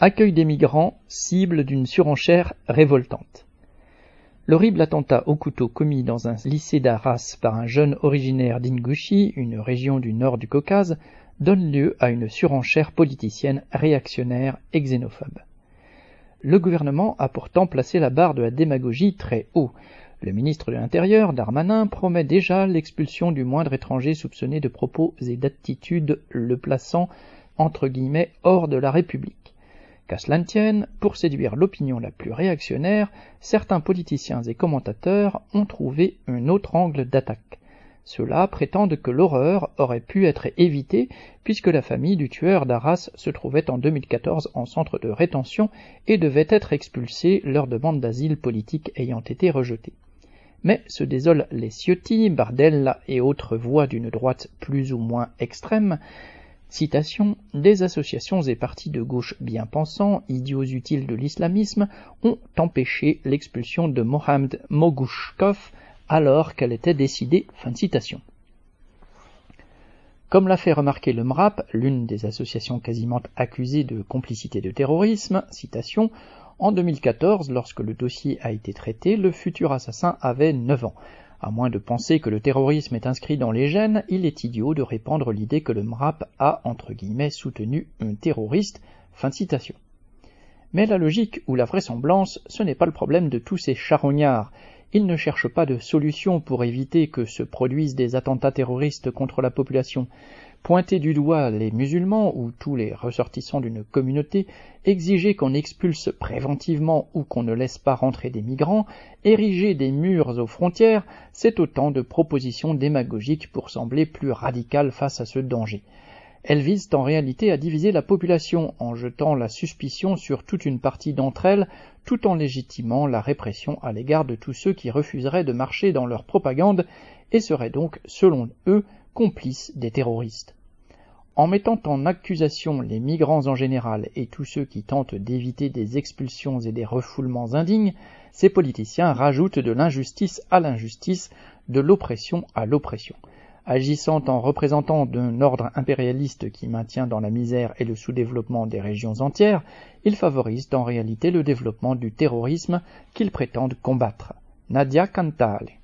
Accueil des migrants, cible d'une surenchère révoltante. L'horrible attentat au couteau commis dans un lycée d'Arras par un jeune originaire d'Ingouchie, une région du nord du Caucase, donne lieu à une surenchère politicienne réactionnaire et xénophobe. Le gouvernement a pourtant placé la barre de la démagogie très haut. Le ministre de l'Intérieur, Darmanin, promet déjà l'expulsion du moindre étranger soupçonné de propos et d'attitudes le plaçant entre guillemets hors de la République. Qu'à cela ne tienne, pour séduire l'opinion la plus réactionnaire, certains politiciens et commentateurs ont trouvé un autre angle d'attaque. Ceux-là prétendent que l'horreur aurait pu être évitée puisque la famille du tueur d'Arras se trouvait en 2014 en centre de rétention et devait être expulsée, leur demande d'asile politique ayant été rejetée. Mais se désolent les Ciotti, Bardella et autres voix d'une droite plus ou moins extrême. Citation, des associations et partis de gauche bien pensants, idiots utiles de l'islamisme, ont empêché l'expulsion de Mohamed Mogouchkov alors qu'elle était décidée. Fin de citation. Comme l'a fait remarquer le MRAP, l'une des associations quasiment accusées de complicité de terrorisme, citation, en 2014, lorsque le dossier a été traité, le futur assassin avait 9 ans. À moins de penser que le terrorisme est inscrit dans les gènes, il est idiot de répandre l'idée que le MRAP a, entre guillemets, soutenu un terroriste. Fin de citation. Mais la logique ou la vraisemblance, ce n'est pas le problème de tous ces charognards. Ils ne cherchent pas de solution pour éviter que se produisent des attentats terroristes contre la population. Pointer du doigt les musulmans ou tous les ressortissants d'une communauté, exiger qu'on expulse préventivement ou qu'on ne laisse pas rentrer des migrants, ériger des murs aux frontières, c'est autant de propositions démagogiques pour sembler plus radicales face à ce danger. Elles visent en réalité à diviser la population en jetant la suspicion sur toute une partie d'entre elles, tout en légitimant la répression à l'égard de tous ceux qui refuseraient de marcher dans leur propagande et seraient donc, selon eux, complices des terroristes. En mettant en accusation les migrants en général et tous ceux qui tentent d'éviter des expulsions et des refoulements indignes, ces politiciens rajoutent de l'injustice à l'injustice, de l'oppression à l'oppression. Agissant en représentant d'un ordre impérialiste qui maintient dans la misère et le sous-développement des régions entières, ils favorisent en réalité le développement du terrorisme qu'ils prétendent combattre. Nadia Cantale.